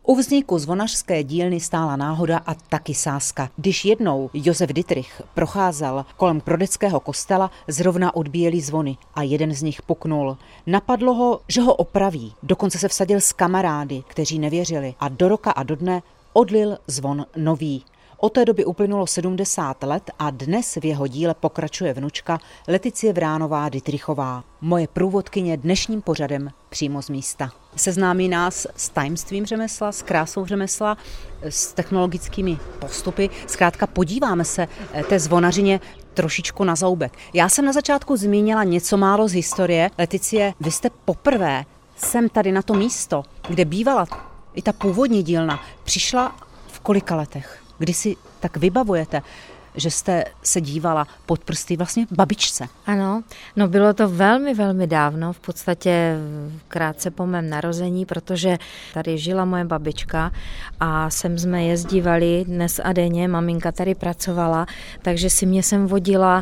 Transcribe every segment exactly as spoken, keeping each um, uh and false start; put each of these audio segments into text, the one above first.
U vzniku zvonařské dílny stála náhoda a taky sázka. Když jednou Josef Dittrich procházel kolem Krodeckého kostela, zrovna odbíjeli zvony a jeden z nich puknul. Napadlo ho, že ho opraví. Dokonce se vsadil s kamarády, kteří nevěřili, a do roka a do dne odlil zvon nový. Od té doby uplynulo sedmdesát let a dnes v jeho díle pokračuje vnučka Leticie Vránová Dittrichová. Moje průvodkyně dnešním pořadem přímo z místa. Seznámí nás s tajemstvím řemesla, s krásou řemesla, s technologickými postupy. Zkrátka podíváme se té zvonařině trošičku na zoubek. Já jsem na začátku zmínila něco málo z historie. Leticie, vy jste poprvé sem tady na to místo, kde bývala i ta původní dílna, přišla v kolika letech? Kdy si tak vybavujete, že jste se dívala pod prsty vlastně babičce? Ano, no bylo to velmi, velmi dávno, v podstatě krátce po mém narození, protože tady žila moje babička a sem jsme jezdívali dnes a denně, maminka tady pracovala, takže si mě sem vodila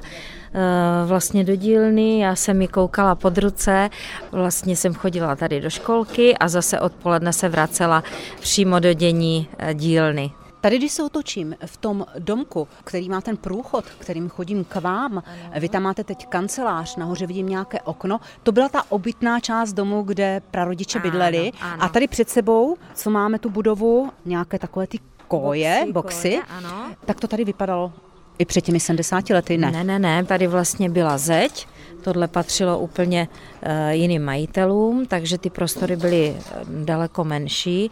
vlastně do dílny, já jsem ji koukala pod ruce, vlastně jsem chodila tady do školky a zase odpoledne se vracela přímo do dění dílny. Tady, když se otočím v tom domku, který má ten průchod, kterým chodím k vám, ano. Vy tam máte teď kancelář, nahoře vidím nějaké okno, to byla ta obytná část domu, kde prarodiče bydleli. Ano, ano. A tady před sebou, co máme tu budovu, nějaké takové ty koje, boxy, boxy koje, ano. Tak to tady vypadalo i před těmi sedmdesáti lety, ne? Ne, ne, ne, tady vlastně byla zeď, tohle patřilo úplně uh, jiným majitelům, takže ty prostory byly daleko menší.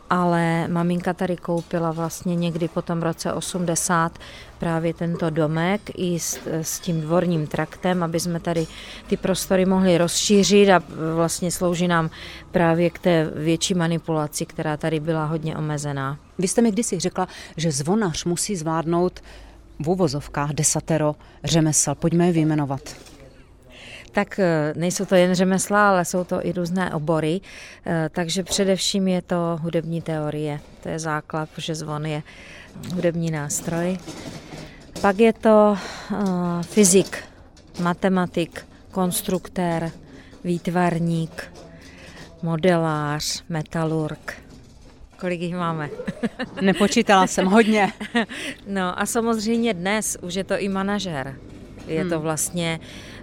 Ale maminka tady koupila vlastně někdy po tom roce osmdesát právě tento domek i s, s tím dvorním traktem, aby jsme tady ty prostory mohli rozšířit a vlastně slouží nám právě k té větší manipulaci, která tady byla hodně omezená. Vy jste mi kdysi řekla, že zvonař musí zvládnout v uvozovkách desatero řemesel. Pojďme je vyjmenovat. Tak nejsou to jen řemesla, ale jsou to i různé obory, takže především je to hudební teorie. To je základ, protože zvon je hudební nástroj. Pak je to uh, fyzik, matematik, konstruktér, výtvarník, modelář, metalurg. Kolik jich máme? Nepočítala jsem, hodně. No a samozřejmě dnes už je to i manažer. Je hmm. to vlastně...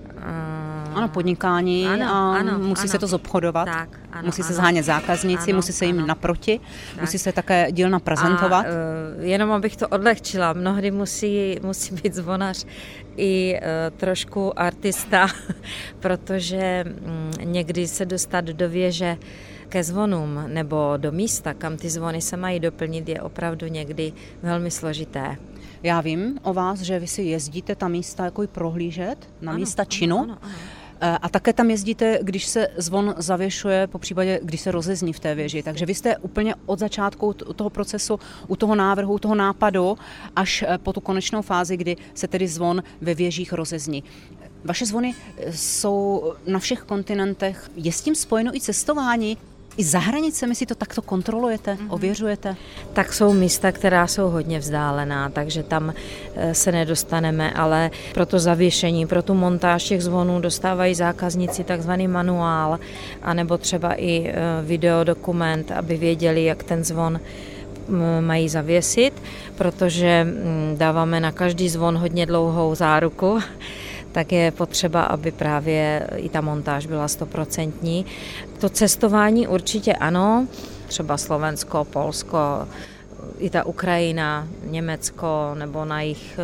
Ano, podnikání ano, a ano, musí ano. se to zobchodovat, tak, ano, musí se ano. zhánět zákazníci, ano, musí se jim ano. naproti, tak. musí se také dílna prezentovat. A, uh, jenom abych to odlehčila, mnohdy musí, musí být zvonař i uh, trošku artista, protože um, někdy se dostat do věže ke zvonům nebo do místa, kam ty zvony se mají doplnit, je opravdu někdy velmi složité. Já vím o vás, že vy si jezdíte ta místa jako i prohlížet, na ano, místa činu. Ano, ano, ano. A také tam jezdíte, když se zvon zavěšuje, po případě, když se rozezní v té věži. Takže vy jste úplně od začátku toho procesu, u toho návrhu, u toho nápadu, až po tu konečnou fázi, kdy se tedy zvon ve věžích rozezní. Vaše zvony jsou na všech kontinentech. Je s tím spojeno i cestování? I za hranicemi si to takto kontrolujete, mm-hmm. ověřujete? Tak jsou místa, která jsou hodně vzdálená, takže tam se nedostaneme, ale pro to zavěšení, pro tu montáž těch zvonů dostávají zákazníci takzvaný manuál, anebo třeba i videodokument, aby věděli, jak ten zvon mají zavěsit, protože dáváme na každý zvon hodně dlouhou záruku, tak je potřeba, aby právě i ta montáž byla stoprocentní. To cestování určitě ano, třeba Slovensko, Polsko, i ta Ukrajina, Německo nebo na jih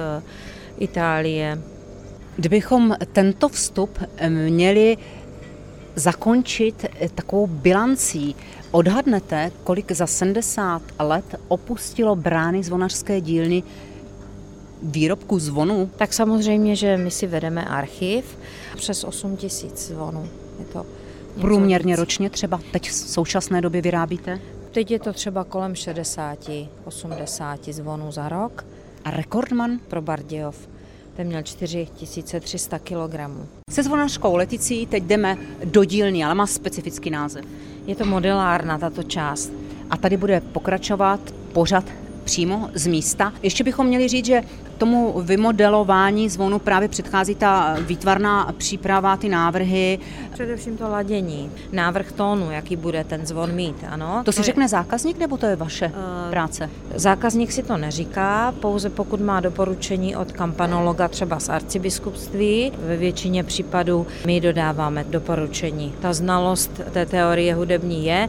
Itálie. Kdybychom tento vstup měli zakončit takovou bilancí, odhadnete, kolik za sedmdesát let opustilo brány zvonařské dílny výrobku zvonů? Tak samozřejmě, že my si vedeme archiv, přes osm tisíc zvonů. Je to průměrně ročně třeba teď v současné době vyrábíte? Teď je to třeba kolem šedesát osmdesát zvonů za rok. A rekordman? Pro Bardějov. Ten měl čtyři tisíce tři sta kilogramů. Se zvonařskou Leticí teď jdeme do dílny, ale má specifický název. Je to modelárna, tato část. A tady bude pokračovat pořad přímo z místa. Ještě bychom měli říct, že tomu vymodelování zvonu právě předchází ta výtvarná příprava, ty návrhy. Především to ladění, návrh tónu, jaký bude ten zvon mít, ano. To si to řekne je... zákazník, nebo to je vaše uh, práce? Zákazník si to neříká, pouze pokud má doporučení od kampanologa třeba z arcibiskupství. Ve většině případů my dodáváme doporučení. Ta znalost té teorie hudební je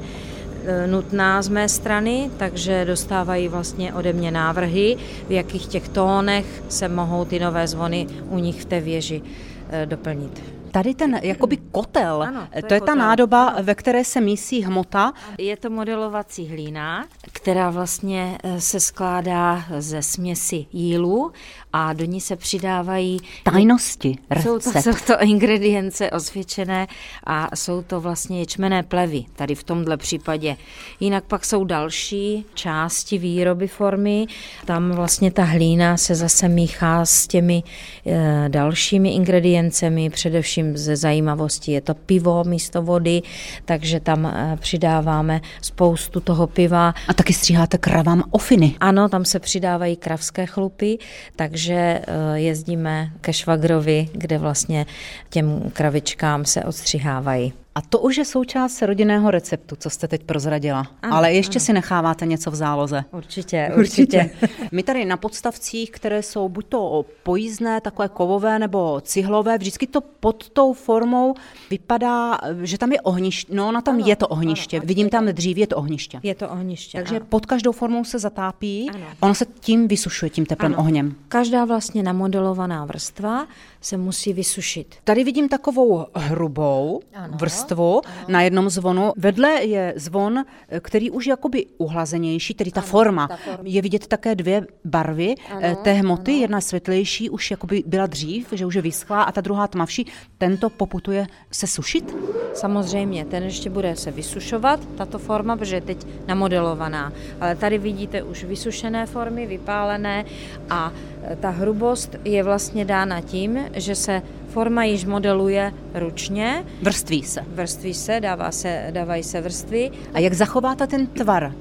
nutná z mé strany, takže dostávají vlastně ode mě návrhy, v jakých těch tónech se mohou ty nové zvony u nich v té věži doplnit. Tady ten jakoby kotel, ano, to, to je, je kotel. ta nádoba, ano. ve které se mísí hmota. Je to modelovací hlína, která vlastně se skládá ze směsi jílu a do ní se přidávají tajnosti, jsou to, jsou to ingredience osvědčené a jsou to vlastně ječmenné plevy, tady v tomhle případě. Jinak pak jsou další části výroby formy, tam vlastně ta hlína se zase míchá s těmi e, dalšími ingrediencemi, především ze zajímavosti je to pivo místo vody, takže tam e, přidáváme spoustu toho piva. A taky stříháte kravám ofiny. Ano, tam se přidávají kravské chlupy, takže že jezdíme ke švagrovi, kde vlastně těm kravičkám se odstřihávají. A to už je součást rodinného receptu, co jste teď prozradila. Ano, ale ještě ano. si necháváte něco v záloze. Určitě, určitě. My tady na podstavcích, které jsou buď to pojízdné, takové kovové nebo cihlové, vždycky to pod tou formou vypadá, že tam je ohniště. No, na tam ano, je to ohniště. Ano, Vidím tam dřív, je to ohniště. Je to ohniště. Takže ano. pod každou formou se zatápí. Ano. Ono se tím vysušuje, tím teplým ano. ohněm. Každá vlastně namodelovaná vrstva se musí vysušit. Tady vidím takovou hrubou ano. vrstvu ano. na jednom zvonu. Vedle je zvon, který už je jakoby uhlazenější, tedy ta, ano, forma. ta forma. Je vidět také dvě barvy ano, té hmoty. Ano. Jedna světlejší už jakoby byla dřív, že už je vyschlá, a ta druhá tmavší. Tento poputuje se sušit? Samozřejmě, ten ještě bude se vysušovat, tato forma, protože je teď namodelovaná. Ale tady vidíte už vysušené formy, vypálené, a ta hrubost je vlastně dána tím, že se forma již modeluje ručně. Vrství se. Vrství se, dává se, dávají se vrstvy. A jak zachováte ten tvar?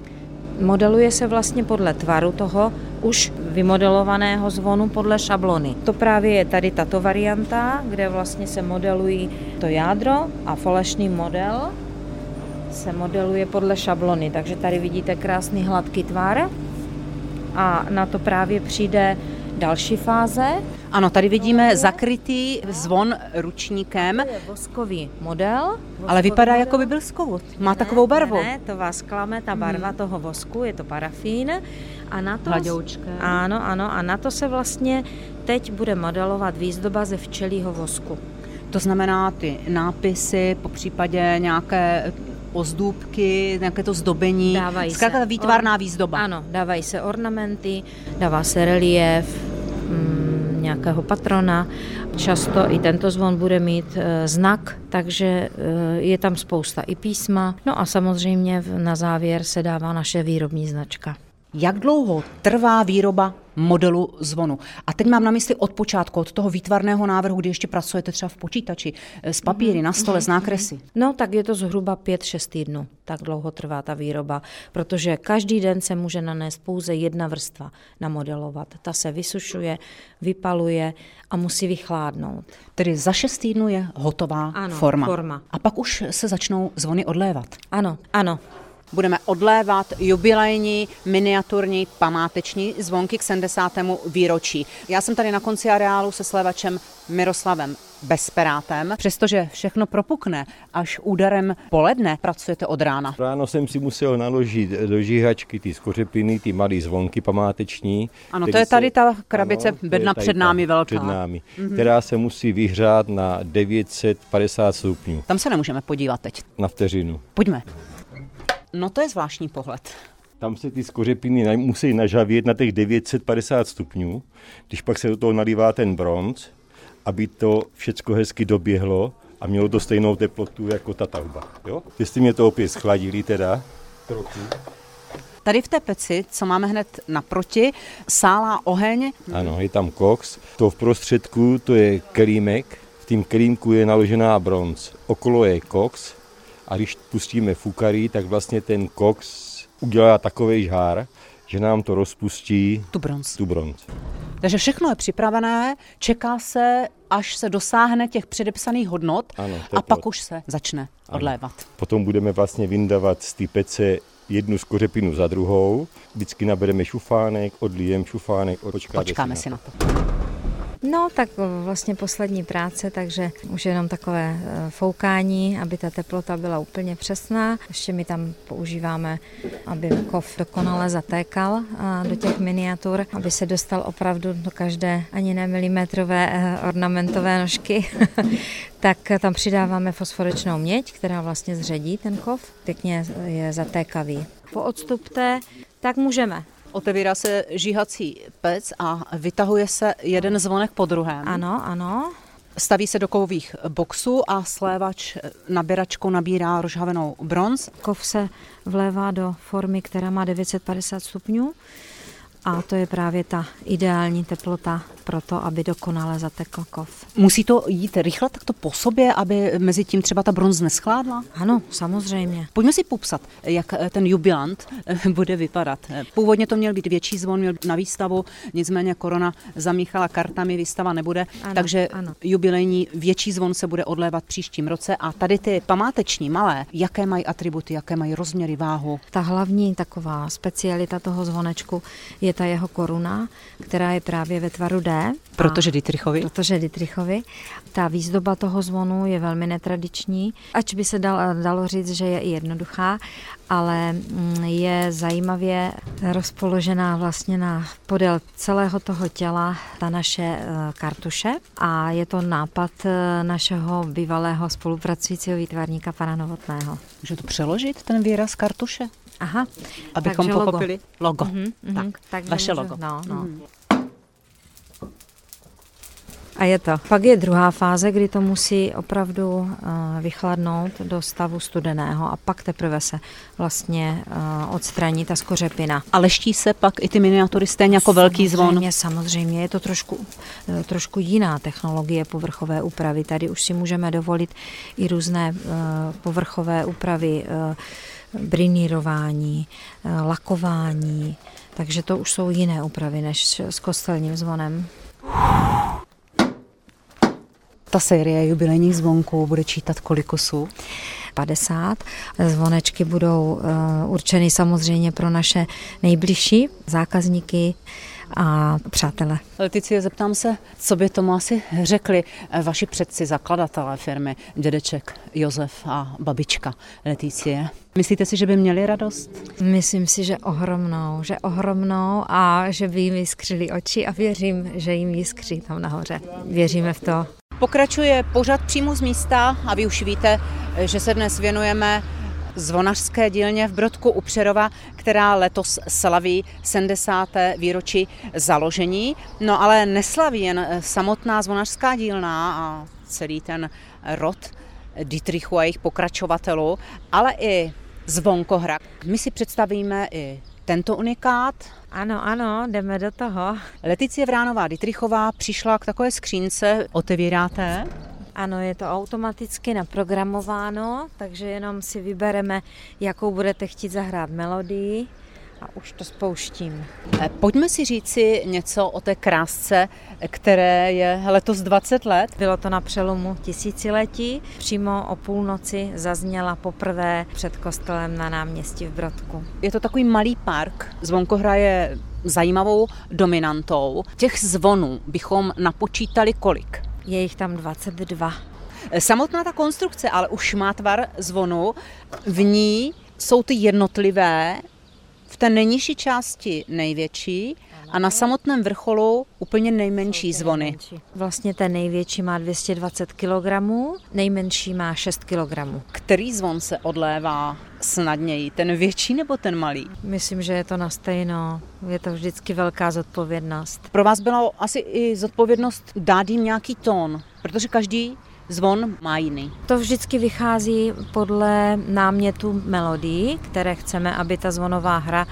Modeluje se vlastně podle tvaru toho už vymodelovaného zvonu podle šablony. To právě je tady tato varianta, kde vlastně se modelují to jádro a falešný model se modeluje podle šablony. Takže tady vidíte krásný hladký tvar a na to právě přijde další fáze. Ano, tady vidíme zakrytý zvon ručníkem. To je voskový model. Voskový ale vypadá, model. jako by byl z kovu. Má ne, takovou barvu. Ne, ne, to vás klame, ta barva hmm. toho vosku, je to parafín. A na to, ano, ano, a na to se vlastně teď bude modelovat výzdoba ze včelího vosku. To znamená ty nápisy, popřípadě nějaké ozdůbky, nějaké to zdobení, dávají zkrátka se výtvarná or... výzdoba. Ano, dávají se ornamenty, dává se relief, mm, nějakého patrona. Často i tento zvon bude mít e, znak, takže e, je tam spousta i písma. No a samozřejmě na závěr se dává naše výrobní značka. Jak dlouho trvá výroba modelu zvonu? A teď mám na mysli od počátku, od toho výtvarného návrhu, kdy ještě pracujete třeba v počítači, s papíry, na stole, s nákresy. No tak je to zhruba pět šest týdnů, tak dlouho trvá ta výroba, protože každý den se může nanést pouze jedna vrstva namodelovat. Ta se vysušuje, vypaluje a musí vychládnout. Tedy za šest týdnů je hotová ano, forma. forma. A pak už se začnou zvony odlévat. Ano, ano. Budeme odlévat jubilejní, miniaturní, památeční zvonky k sedmdesátému výročí. Já jsem tady na konci areálu se slévačem Miroslavem Bezperátem. Přestože všechno propukne až úderem poledne, pracujete od rána. Ráno jsem si musel naložit do žíhačky ty skořepiny, ty malé zvonky památeční. Ano, to je tady ta krabice ano, bedna před námi velká. Před námi, mm-hmm. která se musí vyhřát na devět set padesát stupňů. Tam se nemůžeme podívat teď. Na vteřinu. Pojďme. No to je zvláštní pohled. Tam se ty skořepiny musí nažavět na těch devět set padesát stupňů, když pak se do toho nalívá ten bronz, aby to všecko hezky doběhlo a mělo to stejnou teplotu jako ta tauba. Jo? Jestli mě to opět schladili teda trochu. Tady v té peci, co máme hned naproti, sálá oheň. Ano, je tam koks. To v prostředku, to je kelímek. V tím kelímku je naložená bronz. Okolo je koks. A když pustíme fukarí, tak vlastně ten koks udělá takovej žár, že nám to rozpustí tu bronz. Tu bronz. Takže všechno je připravené, čeká se, až se dosáhne těch předepsaných hodnot ano, a pak už se začne ano. odlévat. Potom budeme vlastně vyndavat z té pece jednu skořepinu za druhou. Vždycky nabereme šufánek, odlijeme šufánek. Počkáme si na to. No, tak vlastně poslední práce, takže už jenom takové foukání, aby ta teplota byla úplně přesná. Ještě my tam používáme, aby kov dokonale zatékal do těch miniatur, aby se dostal opravdu do každé ani ne milimetrové ornamentové nožky. Tak tam přidáváme fosforečnou měď, která vlastně zředí ten kov. Pěkně je zatékavý. Po odstupte, tak můžeme. Otevírá se žíhací pec a vytahuje se jeden zvonek po druhém. Ano, ano. Staví se do kovových boxů a slévač nabíračkou nabírá rozžhavenou bronz. Kov se vlévá do formy, která má devět set padesát stupňů a to je právě ta ideální teplota pro to, aby dokonale zatekl kov. Musí to jít rychle takto po sobě, aby mezi tím třeba ta bronz neschládla? Ano, samozřejmě. Pojďme si popsat, jak ten jubilant bude vypadat. Původně to měl být větší zvon, měl na výstavu, nicméně korona zamíchala kartami, výstava nebude, ano, takže ano. Jubilejní větší zvon se bude odlévat příštím roce a tady ty památeční malé, jaké mají atributy, jaké mají rozměry, váhu? Ta hlavní taková specialita toho zvonečku je ta jeho koruna, která je právě ve tvaru D. Protože Dittrichovi? Protože Dittrichovi. Ta výzdoba toho zvonu je velmi netradiční, ač by se dal, dalo říct, že je i jednoduchá, ale je zajímavě rozpoložená vlastně na podél celého toho těla ta naše kartuše a je to nápad našeho bývalého spolupracujícího výtvarníka pana Novotného. Můžu to přeložit, ten výraz kartuše? Aha. Abychom takže pochopili logo. logo. Mm-hmm, tak, takže vaše můžu, logo. No, no. Mm. A je to. Pak je druhá fáze, kdy to musí opravdu uh, vychladnout do stavu studeného a pak teprve se vlastně uh, odstraní ta skořepina. A leští se pak i ty miniatury stejně jako velký zvon? Samozřejmě, samozřejmě. Je to trošku, uh, trošku jiná technologie povrchové úpravy. Tady už si můžeme dovolit i různé uh, povrchové úpravy, uh, brinírování, uh, lakování. Takže to už jsou jiné úpravy než s kostelním zvonem. Ta série jubilejních zvonků bude čítat kolik kusů? padesát. Zvonečky budou uh, určeny samozřejmě pro naše nejbližší zákazníky a přátelé. Leticie, zeptám se, co by tomu asi řekli vaši předci, zakladatelé firmy, dědeček Josef a babička Leticie? Myslíte si, že by měli radost? Myslím si, že ohromnou, že ohromnou a že by jim jiskřili oči a věřím, že jim jiskří tam nahoře. Věříme v to. Pokračuje pořad přímo z místa a vy už víte, že se dnes věnujeme zvonařské dílně v Brodku u Přerova, která letos slaví sedmdesáté výročí založení. No ale neslaví jen samotná zvonařská dílna a celý ten rod Dittrichů a jejich pokračovatelů, ale i zvonkohra. My si představíme i tento unikát. Ano, ano, jdeme do toho. Leticie Vránová Dittrichová přišla k takové skřínce, otevíráte? Ano, je to automaticky naprogramováno, takže jenom si vybereme, jakou budete chtít zahrát melodii a už to spouštím. Pojďme si říci něco o té krásce, které je letos dvacet let. Bylo to na přelomu tisíciletí. Přímo o půlnoci zazněla poprvé před kostelem na náměstí v Brodku. Je to takový malý park. Zvonkohra je zajímavou dominantou. Těch zvonů bychom napočítali kolik? Je jich tam dvacet dva. Samotná ta konstrukce ale už má tvar zvonu. V ní jsou ty jednotlivé, v té nejnižší části největší a na samotném vrcholu úplně nejmenší zvony. Nejmenší. Vlastně ten největší má dvě stě dvacet kilogramů, nejmenší má šest kilogramů. Který zvon se odlévá snadněji, ten větší nebo ten malý? Myslím, že je to na stejno. Je to vždycky velká zodpovědnost. Pro vás byla asi i zodpovědnost dát jim nějaký tón, protože každý zvon má jiný. To vždycky vychází podle námětu melodií, které chceme, aby ta zvonová hra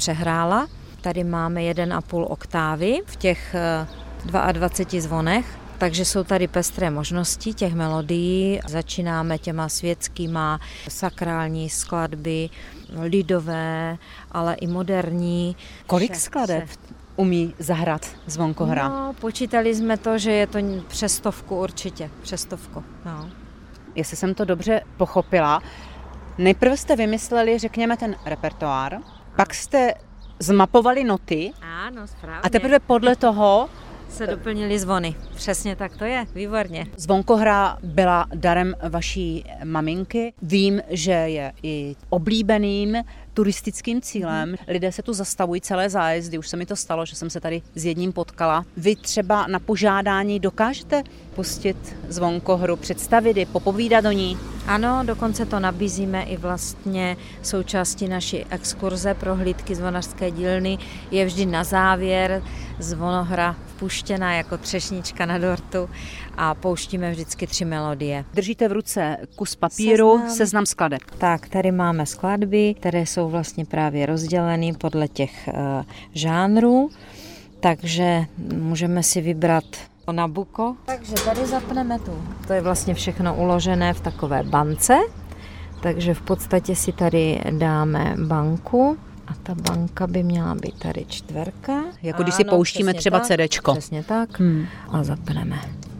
přehrála. Tady máme jeden a půl oktávy v těch dvaceti dvou zvonech Takže jsou tady pestré možnosti těch melodií. Začínáme těma světskýma, sakrální skladby, lidové, ale i moderní. Kolik skladeb umí zahrát zvonkohra? No, počítali jsme to, že je to přes stovku určitě, přes stovku. No. Jestli jsem to dobře pochopila, nejprve jste vymysleli, řekněme, ten repertoár, pak jste zmapovali noty. Ano, správně. A teprve podle toho se doplnili zvony. Přesně tak to je, výborně. Zvonkohra byla darem vaší maminky. Vím, že je i oblíbeným turistickým cílem. Lidé se tu zastavují celé zájezdy, už se mi to stalo, že jsem se tady s jedním potkala. Vy třeba na požádání dokážete pustit zvonkohru, představit ji, popovídat o ní? Ano, dokonce to nabízíme i vlastně součástí naší exkurze prohlídky zvonařské dílny. Je vždy na závěr zvonohra vpuštěná jako třešnička na dortu a pouštíme vždycky tři melodie. Držíte v ruce kus papíru, seznam, seznam skladeb. Tak, tady máme skladby, které jsou vlastně právě rozděleny podle těch uh, žánrů, takže můžeme si vybrat Nabucco. Takže tady zapneme tu. To je vlastně všechno uložené v takové bance, takže v podstatě si tady dáme banku. A ta banka by měla být tady čtverka. Jako když si ano, pouštíme třeba tak, CDčko. Přesně tak. Hmm. A zapneme.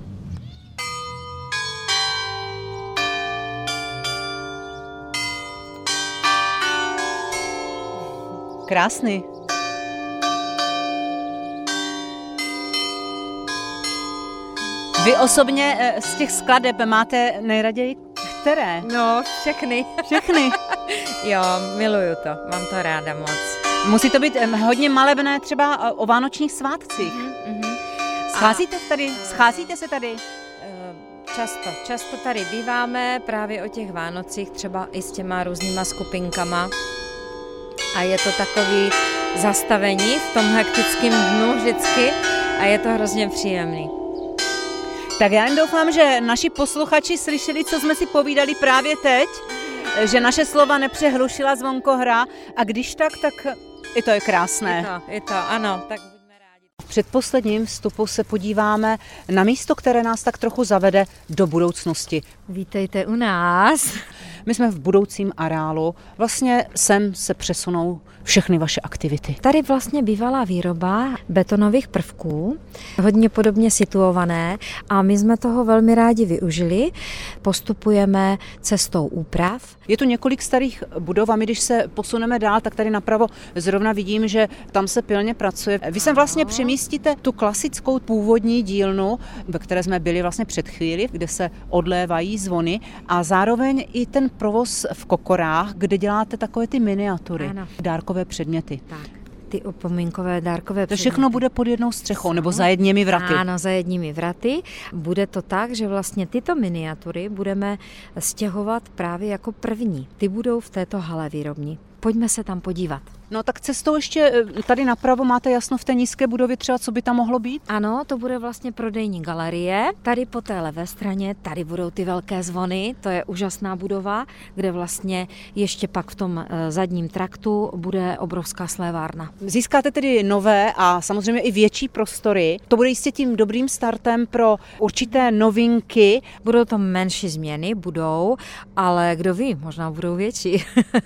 Krásný. Vy osobně z těch skladeb máte nejraději které? No, všechny. Všechny? Jo, miluju to, mám to ráda moc. Musí to být hodně malebné třeba o vánočních svátcích. Mm-hmm. Scházíte tady? Scházíte se tady? Často, často tady býváme právě o těch Vánocích, třeba i s těma různýma skupinkama. A je to takový zastavení v tom hektickém dnu vždycky a je to hrozně příjemný. Tak já jen doufám, že naši posluchači slyšeli, co jsme si povídali právě teď, že naše slova nepřehlušila zvonkohra a když tak, tak i to je krásné. Je to, je to, ano, tak buďme rádi. V předposledním vstupu se podíváme na místo, které nás tak trochu zavede do budoucnosti. Vítejte u nás. My jsme v budoucím areálu, vlastně sem se přesunou všechny vaše aktivity. Tady vlastně bývalá výroba betonových prvků, hodně podobně situované a my jsme toho velmi rádi využili. Postupujeme cestou úprav. Je tu několik starých budov a my, když se posuneme dál, tak tady napravo zrovna vidím, že tam se pilně pracuje. Vy sem vlastně přemístíte tu klasickou původní dílnu, ve které jsme byli vlastně před chvíli, kde se odlévají zvony a zároveň i ten provoz v Kokorách, kde děláte takové ty miniatury, ano. Dárkové předměty. Tak, ty upomínkové dárkové to předměty. všechno bude pod jednou střechou, nebo za jedními vraty. Ano, za jedními vraty. Bude to tak, že vlastně tyto miniatury budeme stěhovat právě jako první. Ty budou v této hale výrobní. Pojďme se tam podívat. No tak cestou ještě tady napravo máte jasno v té nízké budově třeba, co by tam mohlo být? Ano, to bude vlastně prodejní galerie. Tady po té levé straně, tady budou ty velké zvony, to je úžasná budova, kde vlastně ještě pak v tom zadním traktu bude obrovská slévárna. Získáte tedy nové a samozřejmě i větší prostory. To bude jistě tím dobrým startem pro určité novinky. Budou to menší změny, budou, ale kdo ví, možná budou větší.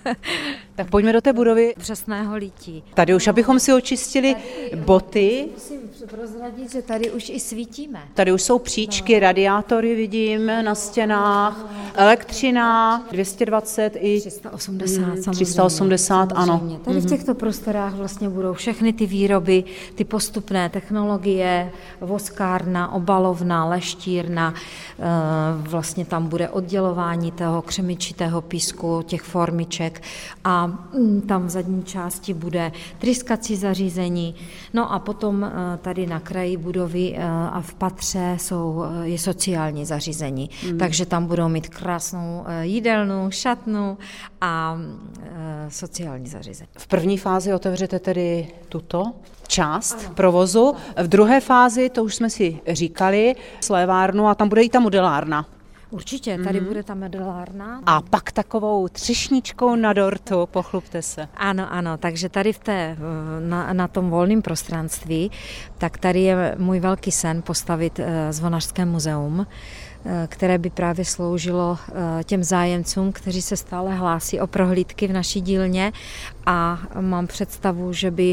Tak pojďme do té budovy přesného lítí. Tady už, abychom si očistili tady, boty. Musím prozradit, že tady už i svítíme. Tady už jsou příčky, no. Radiátory vidím na stěnách, elektřina, dvě stě dvacet i tři sta osmdesát, samozřejmě. tři sta osmdesát, ano. Tady v těchto prostorách vlastně budou všechny ty výroby, ty postupné technologie, voskárna, obalovna, leštírna, vlastně tam bude oddělování toho křemičitého písku, těch formiček a tam v zadní části bude tryskací zařízení. No a potom tady na kraji budovy a v patře jsou, je sociální zařízení. Mm. Takže tam budou mít krásnou jídelnu, šatnu a sociální zařízení. V první fázi otevřete tedy tuto část ano. provozu. V druhé fázi, to už jsme si říkali, slévárnu a tam bude i ta modelárna. Určitě, tady mm. bude ta medelárna. A pak takovou třešničkou na dortu, pochlupte se. Ano, ano, takže tady v té, na, na tom volném prostranství, tak tady je můj velký sen postavit zvonařské muzeum, které by právě sloužilo těm zájemcům, kteří se stále hlásí o prohlídky v naší dílně, a mám představu, že by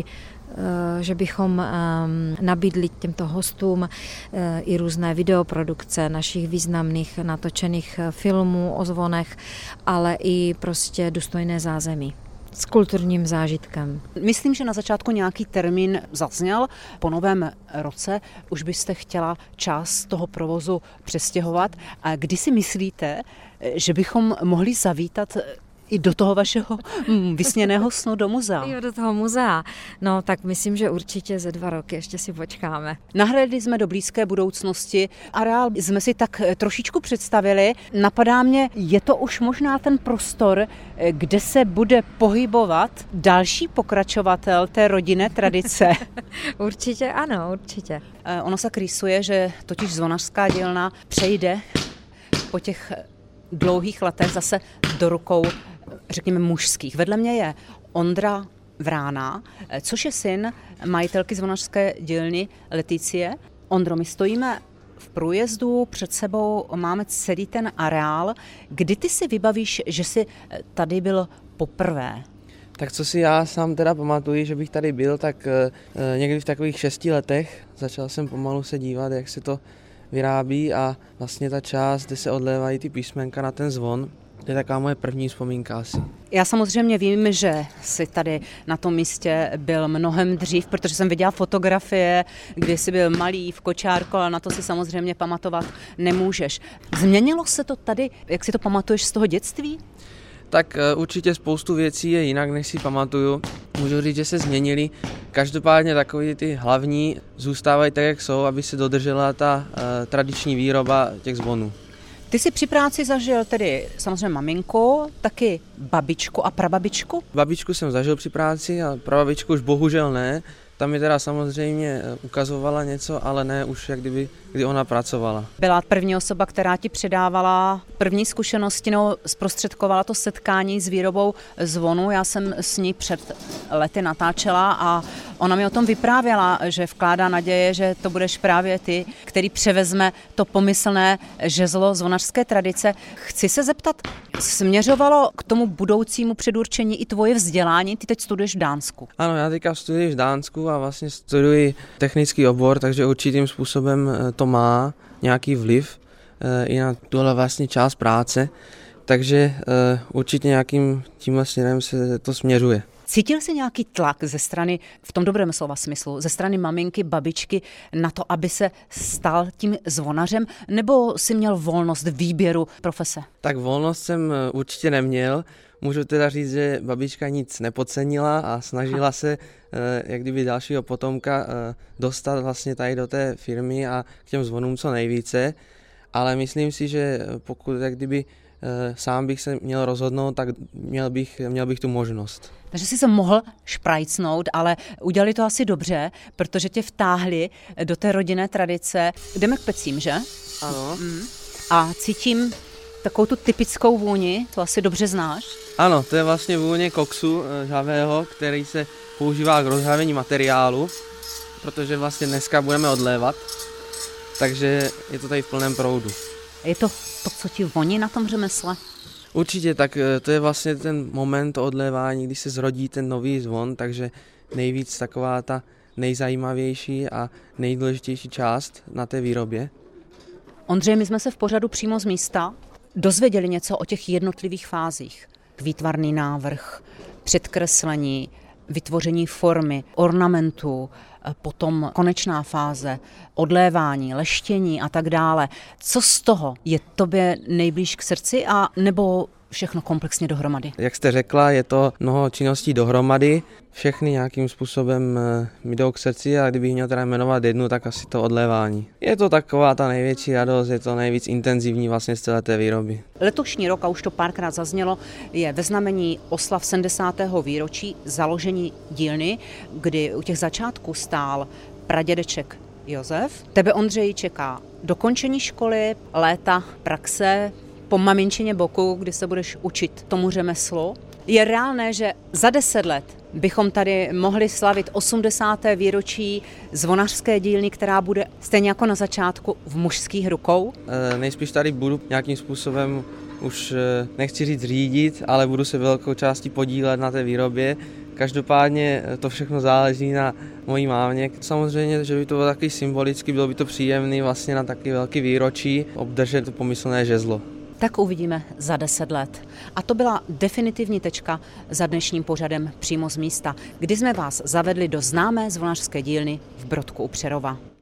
že bychom nabídli těmto hostům i různé videoprodukce našich významných natočených filmů o zvonech, ale i prostě důstojné zázemí s kulturním zážitkem. Myslím, že na začátku nějaký termín zazněl. Po novém roce už byste chtěla část toho provozu přestěhovat. A kdy si myslíte, že bychom mohli zavítat i do toho vašeho vysněného snu do muzea? Jo, do toho muzea. No, tak myslím, že určitě za dva roky ještě si počkáme. Nahlédli jsme do blízké budoucnosti. Areál jsme si tak trošičku představili. Napadá mě, je to už možná ten prostor, kde se bude pohybovat další pokračovatel té rodinné tradice? Určitě ano, určitě. Ono se rýsuje, že totiž zvonařská dílna přejde po těch dlouhých letech zase do rukou, řekněme, mužských. Vedle mě je Ondra Vrána, což je syn majitelky zvonařské dílny Leticie. Ondro, my stojíme v průjezdu, před sebou máme celý ten areál. Kdy ty si vybavíš, že jsi tady byl poprvé? Tak co si já sám teda pamatuju, že bych tady byl, tak e, někdy v takových šesti letech začal jsem pomalu se dívat, jak se to vyrábí, a vlastně ta část, kde se odlévají ty písmenka na ten zvon, to je taková moje první vzpomínka asi. Já samozřejmě vím, že jsi tady na tom místě byl mnohem dřív, protože jsem viděla fotografie, kdy jsi byl malý v kočárku, ale na to si samozřejmě pamatovat nemůžeš. Změnilo se to tady, jak si to pamatuješ z toho dětství? Tak určitě spoustu věcí je jinak, než si pamatuju. Můžu říct, že se změnily. Každopádně takový ty hlavní zůstávají tak, jak jsou, aby se dodržela ta uh, tradiční výroba těch zvonů. Ty jsi při práci zažil tedy samozřejmě maminku, taky babičku a prababičku? Babičku jsem zažil při práci a prababičku už bohužel ne. Tam mi teda samozřejmě ukazovala něco, ale ne už jak kdyby, kdy ona pracovala. Byla první osoba, která ti předávala první zkušenosti, no, zprostředkovala to setkání s výrobou zvonu. Já jsem s ní před lety natáčela a ona mi o tom vyprávěla, že vkládá naděje, že to budeš právě ty, který převezme to pomyslné žezlo zvonařské tradice. Chci se zeptat, směřovalo k tomu budoucímu předurčení i tvoje vzdělání? Ty teď studuješ v Dánsku. Ano, já teďka studuji v Dánsku a vlastně studuji technický obor, takže určitým způsobem to má nějaký vliv i na tuhle vlastně část práce, takže určitě nějakým tímhle směrem se to směřuje. Cítil jsi nějaký tlak ze strany, v tom dobrém slova smyslu, ze strany maminky, babičky na to, aby se stal tím zvonařem, nebo jsi měl volnost výběru profese? Tak volnost jsem určitě neměl. Můžu teda říct, že babička nic nepodcenila a snažila se jak kdyby dalšího potomka dostat vlastně tady do té firmy a k těm zvonům co nejvíce, ale myslím si, že pokud jak kdyby sám bych se měl rozhodnout, tak měl bych, měl bych tu možnost. Takže jsi se mohl šprajcnout, ale udělali to asi dobře, protože tě vtáhli do té rodinné tradice. Jdeme k pecím, že? Ano. Mm. A cítím takovou tu typickou vůni, to asi dobře znáš. Ano, to je vlastně vůně koksu žhavého, který se používá k rozhavení materiálu, protože vlastně dneska budeme odlévat, takže je to tady v plném proudu. Je to to, co ti voní na tom řemesle? Určitě, tak to je vlastně ten moment odlévání, kdy se zrodí ten nový zvon, takže nejvíc taková ta nejzajímavější a nejdůležitější část na té výrobě. Ondřej, my jsme se v pořadu přímo z místa dozvěděli něco o těch jednotlivých fázích. Výtvarný návrh, předkreslení, vytvoření formy, ornamentů, potom konečná fáze, odlévání, leštění a tak dále. Co z toho je tobě nejblíž k srdci a nebo všechno komplexně dohromady? Jak jste řekla, je to mnoho činností dohromady, všechny nějakým způsobem mi jdou k srdci a kdybych měl teda jmenovat jednu, tak asi to odlévání. Je to taková ta největší radost, je to nejvíc intenzivní vlastně z celé té výroby. Letošní rok, a už to párkrát zaznělo, je ve znamení oslav sedmdesátého výročí založení dílny, kdy u těch začátků stál pradědeček Josef. Tebe, Ondřeji, čeká dokončení školy, léta praxe, po maminčině boku, kdy se budeš učit tomu řemeslu. Je reálné, že za deset let bychom tady mohli slavit osmdesáté výročí zvonařské dílny, která bude stejně jako na začátku v mužských rukou? E, nejspíš tady budu nějakým způsobem, už nechci říct řídit, ale budu se velkou částí podílet na té výrobě. Každopádně to všechno záleží na mojí mámě. Samozřejmě, že by to bylo taky symbolicky, bylo by to příjemné vlastně na taky velký výročí obdržet to pomyslné žezlo. Tak uvidíme za deset let. A to byla definitivní tečka za dnešním pořadem Přímo z místa, kdy jsme vás zavedli do známé zvonařské dílny v Brodku u Přerova.